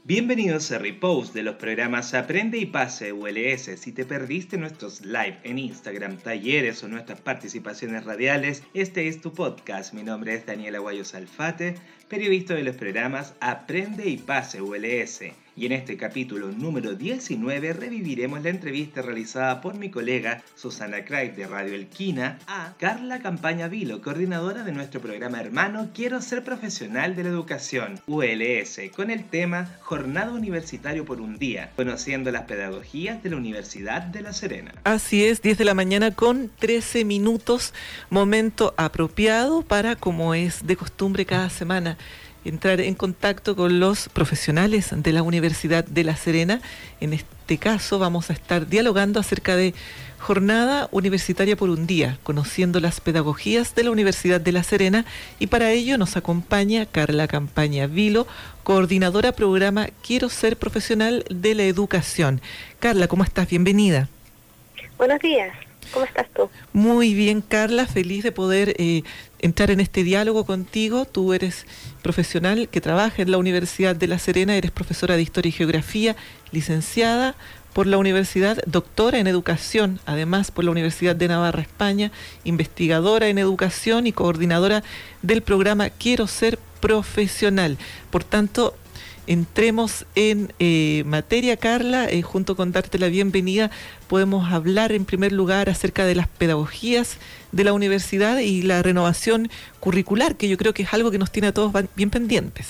Bienvenidos a Repost de los programas Aprende y Pase ULS. Si te perdiste nuestros live en Instagram, talleres o nuestras participaciones radiales, este es tu podcast. Mi nombre es Daniel Aguayo Salfate, periodista de los programas Aprende y Pase ULS. Y en este capítulo número 19 reviviremos la entrevista realizada por mi colega Susana Craig de Radio Elquina a Carla Campaña Vilo, coordinadora de nuestro programa hermano Quiero ser profesional de la educación, ULS, con el tema Jornada Universitario por un Día, conociendo las pedagogías de la Universidad de La Serena. Así es, 10 de la mañana con 13 minutos, momento apropiado para, como es de costumbre cada semana, entrar en contacto con los profesionales de la Universidad de La Serena. En este caso vamos a estar dialogando acerca de Jornada Universitaria por un Día, conociendo las pedagogías de la Universidad de La Serena, y para ello nos acompaña Carla Campaña Vilo, coordinadora programa Quiero ser profesional de la educación. Carla, ¿cómo estás? Bienvenida. Buenos días. ¿Cómo estás tú? Muy bien, Carla, feliz de poder entrar en este diálogo contigo. Tú eres profesional que trabaja en la Universidad de La Serena, eres profesora de Historia y Geografía, licenciada por la Universidad, doctora en Educación, además por la Universidad de Navarra, España, investigadora en Educación y coordinadora del programa Quiero ser profesional. Por tanto, entremos en materia, Carla. Junto con darte la bienvenida, podemos hablar en primer lugar acerca de las pedagogías de la universidad y la renovación curricular, que yo creo que es algo que nos tiene a todos bien pendientes.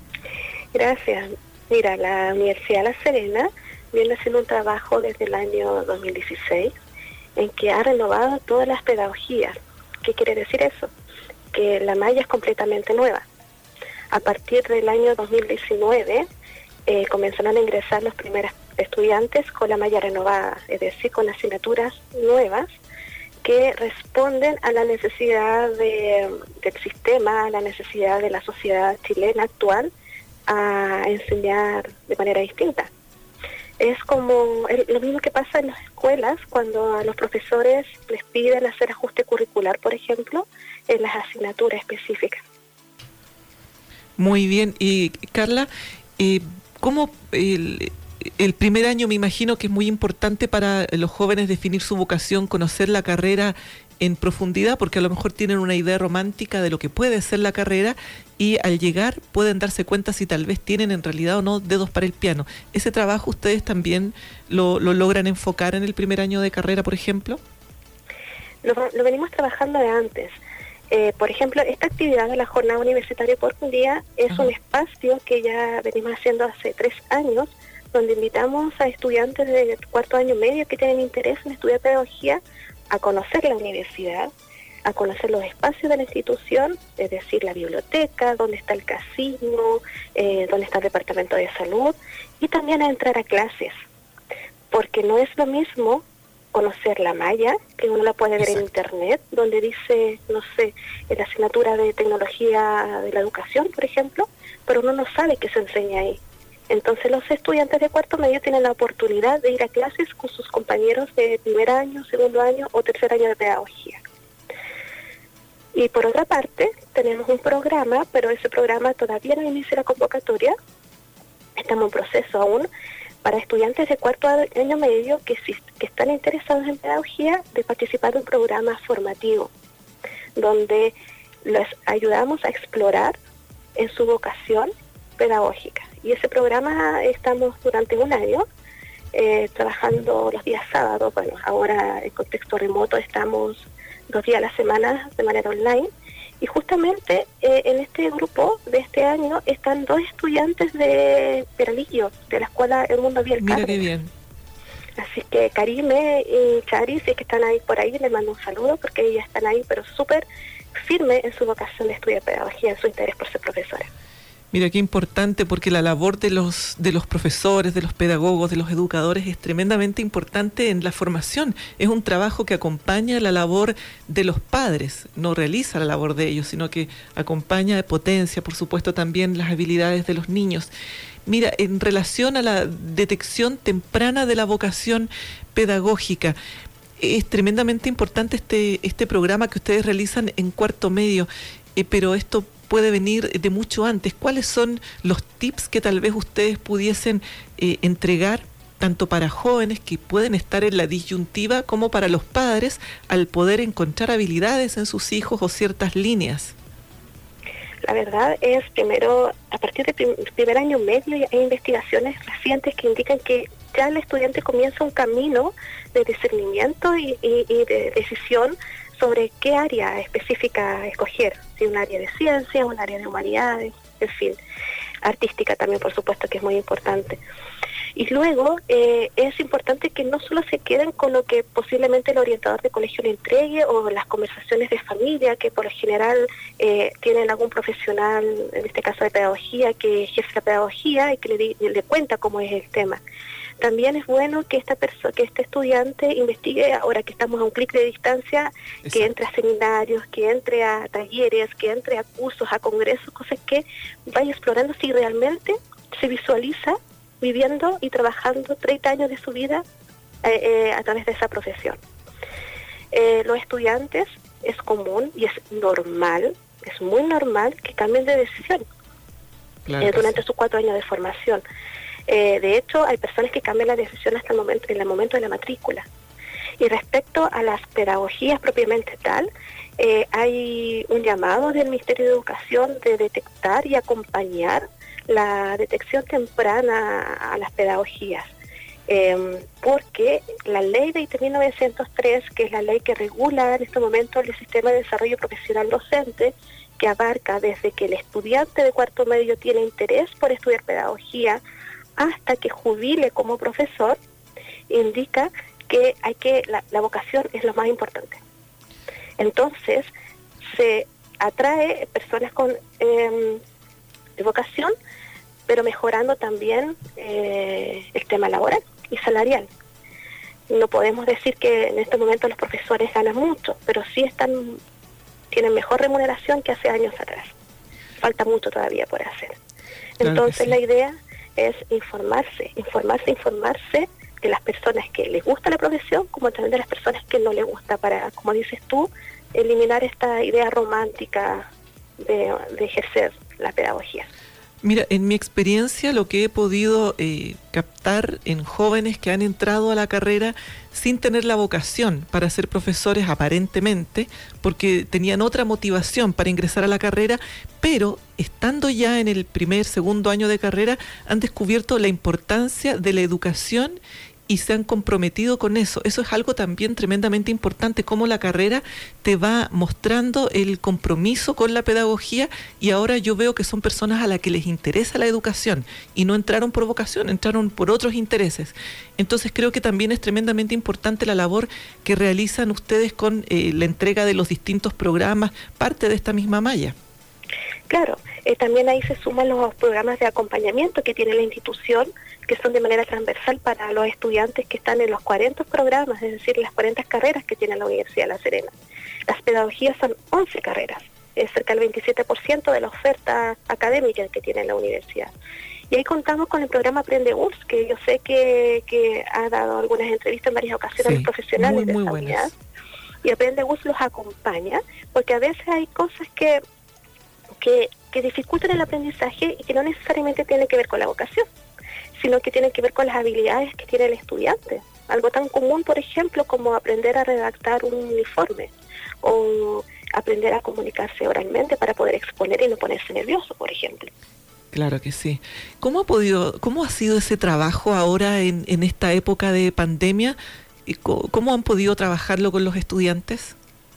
Gracias. Mira, la Universidad de La Serena viene haciendo un trabajo desde el año 2016 en que ha renovado todas las pedagogías. ¿Qué quiere decir eso? Que la malla es completamente nueva. A partir del año 2019 comenzaron a ingresar los primeros estudiantes con la malla renovada, es decir, con asignaturas nuevas que responden a la necesidad del sistema, a la necesidad de la sociedad chilena actual a enseñar de manera distinta. Es como lo mismo que pasa en las escuelas cuando a los profesores les piden hacer ajuste curricular, por ejemplo, en las asignaturas específicas. Muy bien. Y Carla, ¿cómo el primer año me imagino que es muy importante para los jóvenes definir su vocación, conocer la carrera en profundidad, porque a lo mejor tienen una idea romántica de lo que puede ser la carrera y al llegar pueden darse cuenta si tal vez tienen en realidad o no dedos para el piano? ¿Ese trabajo ustedes también lo logran enfocar en el primer año de carrera, por ejemplo? Lo venimos trabajando de antes. Por ejemplo, esta actividad de la Jornada Universitaria por un Día es un espacio que ya venimos haciendo hace 3 años, donde invitamos a estudiantes de cuarto año medio que tienen interés en estudiar pedagogía a conocer la universidad, a conocer los espacios de la institución, es decir, la biblioteca, dónde está el casino, dónde está el departamento de salud, y también a entrar a clases, porque no es lo mismo conocer la malla, que uno la puede ver en internet, donde dice, no sé, en la asignatura de tecnología de la educación, por ejemplo, pero uno no sabe qué se enseña ahí. Entonces los estudiantes de cuarto medio tienen la oportunidad de ir a clases con sus compañeros de primer año, segundo año o tercer año de pedagogía. Y por otra parte, tenemos un programa, pero ese programa todavía no inicia la convocatoria, estamos en proceso aún, para estudiantes de cuarto año medio que están interesados en pedagogía, de participar en un programa formativo, donde les ayudamos a explorar en su vocación pedagógica. Y ese programa estamos durante un año trabajando los días sábados. Bueno, ahora en contexto remoto estamos 2 días a la semana de manera online. Y justamente en este grupo de este año están 2 estudiantes de Peralillo, de la Escuela El Mundo Biel. Mira qué bien. Así que Karime y Chari, si es que están ahí por ahí, les mando un saludo porque ellas están ahí, pero súper firme en su vocación de estudiar pedagogía, en su interés por ser profesora. Mira qué importante, porque la labor de los profesores, de los pedagogos, de los educadores es tremendamente importante en la formación. Es un trabajo que acompaña la labor de los padres, no realiza la labor de ellos, sino que acompaña, potencia, por supuesto, también las habilidades de los niños. Mira, en relación a la detección temprana de la vocación pedagógica, es tremendamente importante este programa que ustedes realizan en cuarto medio. Pero esto puede venir de mucho antes. ¿Cuáles son los tips que tal vez ustedes pudiesen entregar tanto para jóvenes que pueden estar en la disyuntiva como para los padres al poder encontrar habilidades en sus hijos o ciertas líneas? La verdad es, primero, a partir del primer año medio hay investigaciones recientes que indican que ya el estudiante comienza un camino de discernimiento y de decisión sobre qué área específica escoger, si un área de ciencia, un área de humanidades, en fin, artística también, por supuesto, que es muy importante. Y luego es importante que no solo se queden con lo que posiblemente el orientador de colegio le entregue o las conversaciones de familia que por lo general tienen algún profesional, en este caso de pedagogía, que ejerce la pedagogía y que le cuenta cómo es el tema. También es bueno que que este estudiante investigue, ahora que estamos a un clic de distancia, exacto, que entre a seminarios, que entre a talleres, que entre a cursos, a congresos, cosas que vaya explorando si realmente se visualiza viviendo y trabajando 30 años de su vida a través de esa profesión. Los estudiantes es común y es normal, es muy normal que cambien de decisión durante sus 4 años de formación. De hecho, hay personas que cambian la decisión hasta en el momento de la matrícula. Y respecto a las pedagogías propiamente tal, hay un llamado del Ministerio de Educación de detectar y acompañar la detección temprana a las pedagogías, porque la ley 20.903, que es la ley que regula en este momento el sistema de desarrollo profesional docente, que abarca desde que el estudiante de cuarto medio tiene interés por estudiar pedagogía hasta que jubile como profesor, indica que la vocación es lo más importante. Entonces, se atrae personas con vocación, pero mejorando también el tema laboral y salarial. No podemos decir que en este momento los profesores ganan mucho, pero sí tienen mejor remuneración que hace años atrás. Falta mucho todavía por hacer. Entonces, la idea es informarse de las personas que les gusta la profesión, como también de las personas que no les gusta, para, como dices tú, eliminar esta idea romántica de ejercer la pedagogía. Mira, en mi experiencia lo que he podido captar en jóvenes que han entrado a la carrera sin tener la vocación para ser profesores aparentemente, porque tenían otra motivación para ingresar a la carrera, pero estando ya en el segundo año de carrera, han descubierto la importancia de la educación y se han comprometido con eso. Eso es algo también tremendamente importante, cómo la carrera te va mostrando el compromiso con la pedagogía, y ahora yo veo que son personas a las que les interesa la educación y no entraron por vocación, entraron por otros intereses. Entonces creo que también es tremendamente importante la labor que realizan ustedes con la entrega de los distintos programas, parte de esta misma malla. Claro, también ahí se suman los programas de acompañamiento que tiene la institución, que son de manera transversal para los estudiantes que están en los 40 programas, es decir, las 40 carreras que tiene la Universidad de La Serena. Las pedagogías son 11 carreras, es cerca del 27% de la oferta académica que tiene la universidad. Y ahí contamos con el programa Aprende URSS, que yo sé que ha dado algunas entrevistas en varias ocasiones a los profesionales de esta unidad. Y Aprende URSS los acompaña, porque a veces hay cosas que dificultan el aprendizaje y que no necesariamente tienen que ver con la vocación, sino que tienen que ver con las habilidades que tiene el estudiante. Algo tan común, por ejemplo, como aprender a redactar un uniforme o aprender a comunicarse oralmente para poder exponer y no ponerse nervioso, por ejemplo. Claro que sí. ¿Cómo ha sido ese trabajo ahora en esta época de pandemia? ¿Cómo han podido trabajarlo con los estudiantes?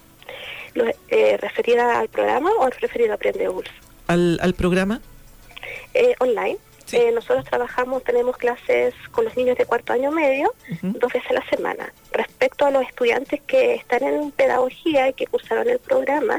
¿Referida al programa o referida a Aprende URSS? ¿Al programa? Online. Sí. Nosotros tenemos clases con los niños de cuarto año medio, 2 veces a la semana. Respecto a los estudiantes que están en pedagogía y que cursaron el programa,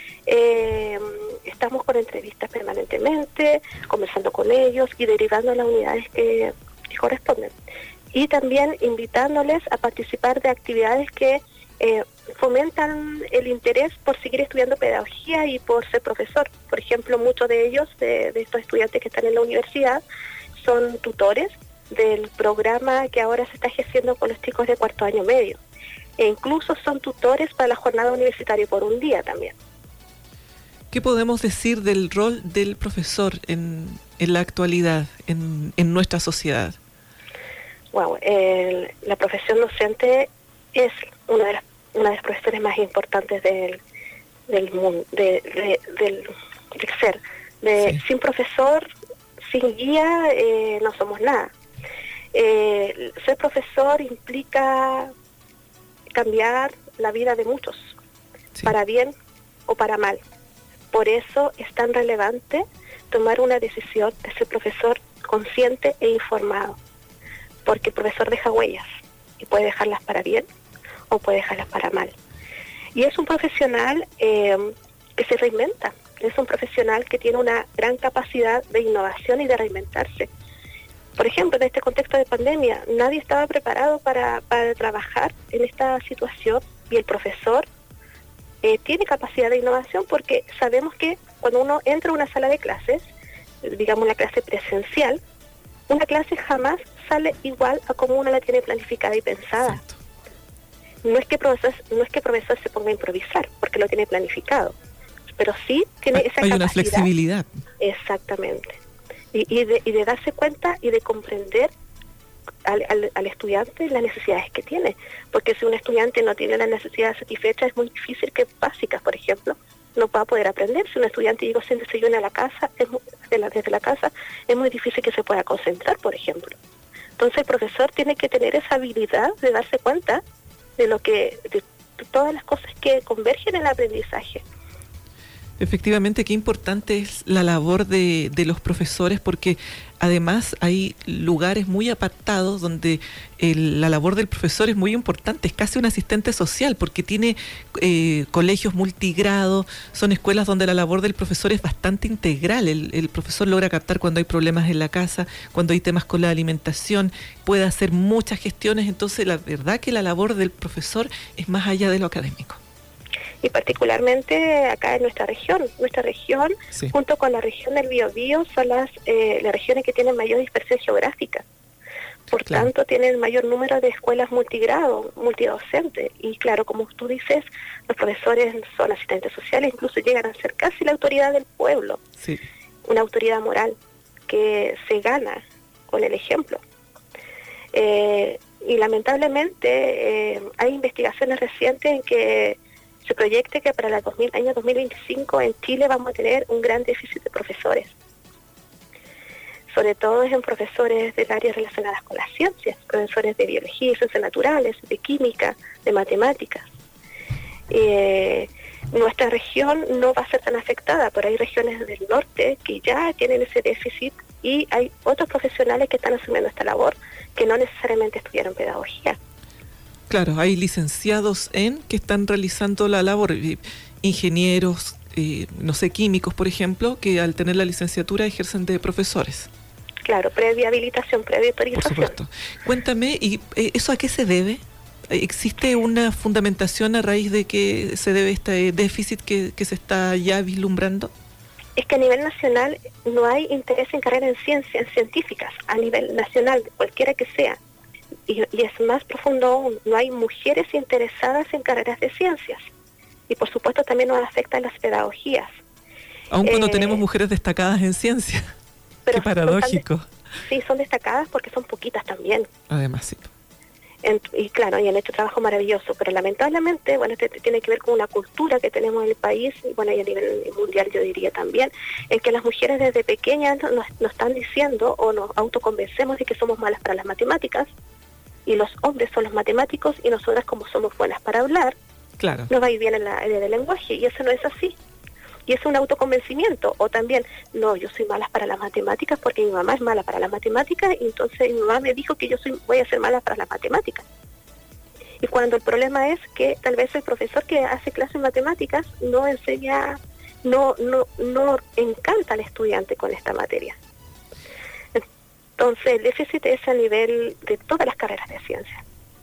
estamos con entrevistas permanentemente, conversando con ellos y derivando a las unidades que corresponden. Y también invitándoles a participar de actividades que fomentan el interés por seguir estudiando pedagogía y por ser profesor. Por ejemplo, muchos de ellos, de estos estudiantes que están en la universidad, son tutores del programa que ahora se está ejerciendo con los chicos de cuarto año medio. E incluso son tutores para la jornada universitaria por un día también. ¿Qué podemos decir del rol del profesor en la actualidad, en nuestra sociedad? Wow, la profesión docente es una de las profesiones más importantes del mundo, del ser. Sí. Sin profesor, sin guía, no somos nada. Ser profesor implica cambiar la vida de muchos, Sí. para bien o para mal. Por eso es tan relevante tomar una decisión de ser profesor consciente e informado, porque el profesor deja huellas y puede dejarlas para bien o puede dejarlas para mal. Y es un profesional que se reinventa, es un profesional que tiene una gran capacidad de innovación y de reinventarse. Por ejemplo, en este contexto de pandemia, nadie estaba preparado para trabajar en esta situación, y el profesor tiene capacidad de innovación, porque sabemos que cuando uno entra a una sala de clases, digamos una clase presencial, una clase jamás sale igual a como uno la tiene planificada y pensada. Exacto. No es que el profesor se ponga a improvisar, porque lo tiene planificado, pero sí tiene esa Hay capacidad. una flexibilidad. Exactamente. Y de darse cuenta y de comprender al estudiante las necesidades que tiene, porque si un estudiante no tiene las necesidades satisfechas, es muy difícil que básicas, por ejemplo, no va a poder aprender. Si un estudiante llega sin desayuno a la casa, desde la casa, es muy difícil que se pueda concentrar, por ejemplo. Entonces el profesor tiene que tener esa habilidad de darse cuenta de todas las cosas que convergen en el aprendizaje. Efectivamente, qué importante es la labor de los profesores, porque además hay lugares muy apartados donde la labor del profesor es muy importante, es casi un asistente social, porque tiene colegios multigrado, son escuelas donde la labor del profesor es bastante integral. El profesor logra captar cuando hay problemas en la casa, cuando hay temas con la alimentación, puede hacer muchas gestiones. Entonces la verdad que la labor del profesor es más allá de lo académico. Y particularmente acá en nuestra región, Sí. junto con la región del Biobío, son las regiones que tienen mayor dispersión geográfica. Por Claro. tanto, tienen mayor número de escuelas multigrado, multidocentes. Y claro, como tú dices, los profesores son asistentes sociales, incluso llegan a ser casi la autoridad del pueblo, Sí. una autoridad moral que se gana con el ejemplo. Y lamentablemente hay investigaciones recientes en que se proyecta que para el año 2025 en Chile vamos a tener un gran déficit de profesores, sobre todo en profesores del área relacionadas con las ciencias, profesores de biología, ciencias naturales, de química, de matemáticas. Nuestra región no va a ser tan afectada, pero hay regiones del norte que ya tienen ese déficit, y hay otros profesionales que están asumiendo esta labor que no necesariamente estudiaron pedagogía. Claro, hay licenciados que están realizando la labor, ingenieros, no sé, químicos, por ejemplo, que al tener la licenciatura ejercen de profesores. Claro, previa habilitación, previa Por autorización. supuesto. Cuéntame, ¿y eso a qué se debe? ¿Existe una fundamentación a raíz de que se debe este déficit que se está ya vislumbrando? Es que a nivel nacional no hay interés en carreras en ciencias científicas, a nivel nacional, cualquiera que sea. Y es más profundo aún, no hay mujeres interesadas en carreras de ciencias. Y por supuesto también nos afectan las pedagogías. Aun cuando tenemos mujeres destacadas en ciencia. Qué paradójico. Sí, son destacadas porque son poquitas también. Además, sí. Y claro, y han hecho trabajo maravilloso, pero lamentablemente, bueno, esto tiene que ver con una cultura que tenemos en el país, y bueno, y a nivel mundial yo diría también, en que las mujeres desde pequeñas nos están diciendo o nos autoconvencemos de que somos malas para las matemáticas, y los hombres son los matemáticos, y nosotras, como somos buenas para hablar, Claro. nos va a ir bien en la área del lenguaje, y eso no es así. Y es un autoconvencimiento. O también, no, yo soy mala para las matemáticas porque mi mamá es mala para las matemáticas, y entonces mi mamá me dijo que voy a ser mala para las matemáticas. Y cuando el problema es que tal vez el profesor que hace clases de matemáticas no enseña, no encanta al estudiante con esta materia. Entonces el déficit es a nivel de todas las carreras de ciencia.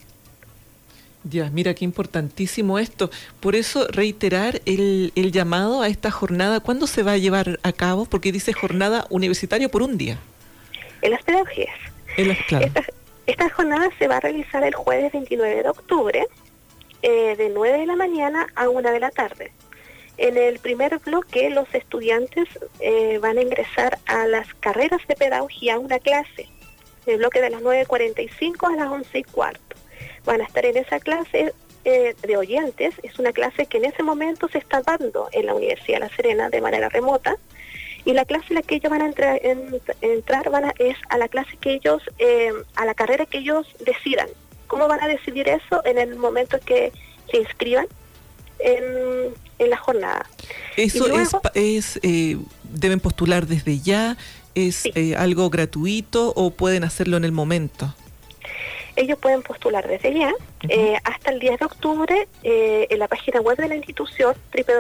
Ya, mira qué importantísimo esto. Por eso reiterar el llamado a esta jornada. ¿Cuándo se va a llevar a cabo? Porque dice jornada universitaria por un día. En las pedagogías. Claro. Esta jornada se va a realizar el jueves 29 de octubre, de 9 de la mañana a 1 de la tarde. En el primer bloque, los estudiantes van a ingresar a las carreras de pedagogía, a una clase, el bloque de las 9:45 a las 11:15. Van a estar en esa clase de oyentes. Es una clase que en ese momento se está dando en la Universidad de La Serena de manera remota, y la clase en la que ellos van a entrar es a la clase que ellos, a la carrera que ellos decidan. ¿Cómo van a decidir eso? En el momento que se inscriban en la jornada. Eso luego, ¿deben postular desde ya? ¿Es sí, algo gratuito o pueden hacerlo en el momento? ellos pueden postular desde ya, hasta el 10 de octubre, en la página web de la institución,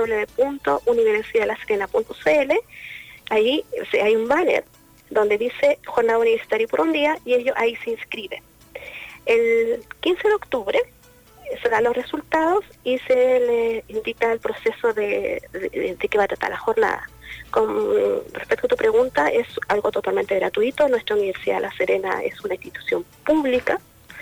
www.universidadelaserena.cl. Ahí hay un banner donde dice Jornada Universitaria por un día, y ellos ahí se inscriben. El 15 de octubre se dan los resultados y se le indica el proceso de qué va a tratar la jornada. Con respecto a tu pregunta, es algo totalmente gratuito. Nuestra Universidad de La Serena es una institución pública,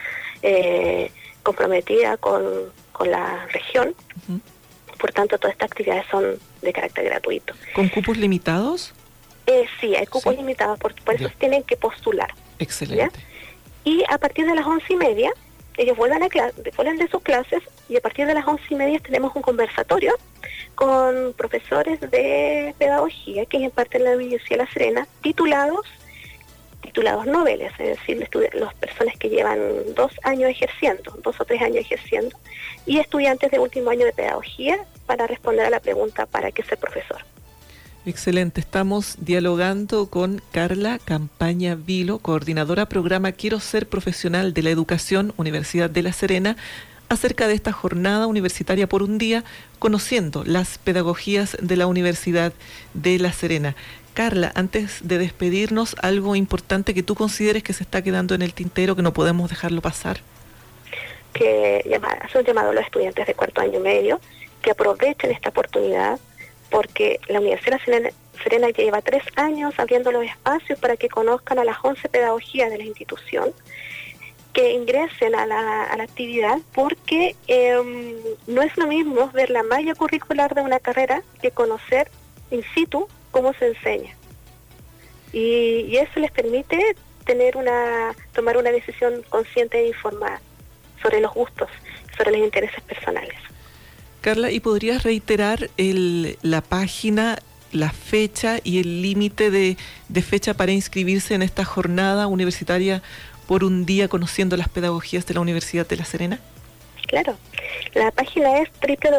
comprometida con la región. Por tanto, todas estas actividades son de carácter gratuito. ¿Con cupos limitados? Sí, hay cupos limitados, por eso tienen que postular. Excelente. ¿Ya? Y a partir de las 11:30, ellos vuelven de sus clases, y a partir de las 11:30 tenemos un conversatorio con profesores de pedagogía que imparten la Universidad de La Serena, titulados noveles, es decir, las personas que llevan 2 o 3 años ejerciendo, y estudiantes de último año de pedagogía, para responder a la pregunta ¿para qué ser profesor? Excelente. Estamos dialogando con Carla Campaña Vilo, coordinadora programa Quiero Ser Profesional de la Educación, Universidad de La Serena, acerca de esta jornada universitaria por un día, conociendo las pedagogías de la Universidad de La Serena. Carla, antes de despedirnos, algo importante que tú consideres que se está quedando en el tintero, que no podemos dejarlo pasar. Hace un llamado a los estudiantes de cuarto año medio que aprovechen esta oportunidad, porque la Universidad de La Serena lleva 3 años abriendo los espacios para que conozcan a las 11 pedagogías de la institución, que ingresen a la actividad, porque no es lo mismo ver la malla curricular de una carrera que conocer in situ cómo se enseña. Y eso les permite tomar una decisión consciente e informada sobre los gustos, sobre los intereses personales. Carla, ¿y podrías reiterar la página, la fecha y el límite de fecha para inscribirse en esta jornada universitaria por un día conociendo las pedagogías de la Universidad de La Serena? Claro, la página es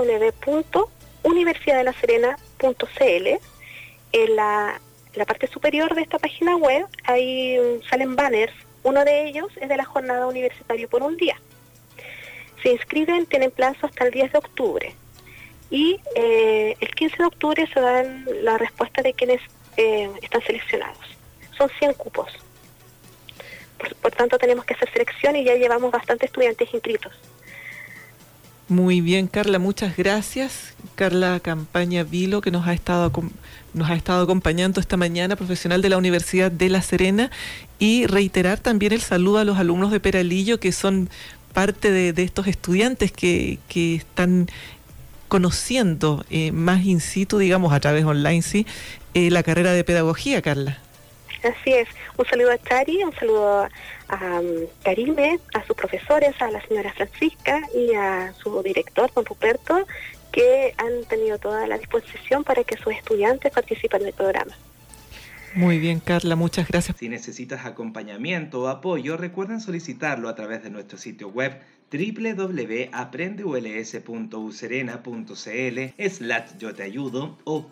www.universidadelaserena.cl. En la parte superior de esta página web ahí salen banners. Uno de ellos es de la jornada universitaria por un día. Se inscriben, tienen plazo hasta el 10 de octubre. Y el 15 de octubre se dan la respuesta de quienes están seleccionados. Son 100 cupos. Por tanto, tenemos que hacer selección y ya llevamos bastantes estudiantes inscritos. Muy bien, Carla, muchas gracias. Carla Campaña Vilo, que nos ha estado acompañando esta mañana, profesional de la Universidad de La Serena, y reiterar también el saludo a los alumnos de Peralillo, que son parte de estos estudiantes que están conociendo más in situ, digamos, a través online, sí, la carrera de pedagogía, Carla. Así es. Un saludo a Chari, un saludo a Karime, a sus profesores, a la señora Francisca y a su director, don Ruperto, que han tenido toda la disposición para que sus estudiantes participen del programa. Muy bien, Carla, muchas gracias. Si necesitas acompañamiento o apoyo, recuerden solicitarlo a través de nuestro sitio web www.aprendeuls.userena.cl/yo-te-ayudo o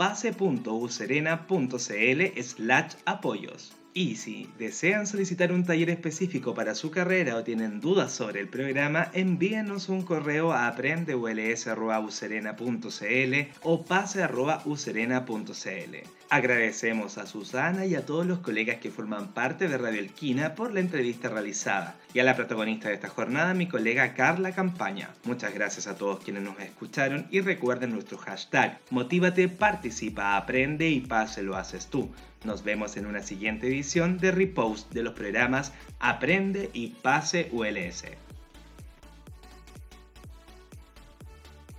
pase.userena.cl/apoyos. Y si desean solicitar un taller específico para su carrera o tienen dudas sobre el programa, envíenos un correo a aprendeuls@userena.cl o pase@userena.cl. Agradecemos a Susana y a todos los colegas que forman parte de Radio Elquina por la entrevista realizada, y a la protagonista de esta jornada, mi colega Carla Campaña. Muchas gracias a todos quienes nos escucharon, y recuerden nuestro hashtag Motívate, participa, aprende y pase lo haces tú. Nos vemos en una siguiente edición de Repost de los programas Aprende y Pase ULS.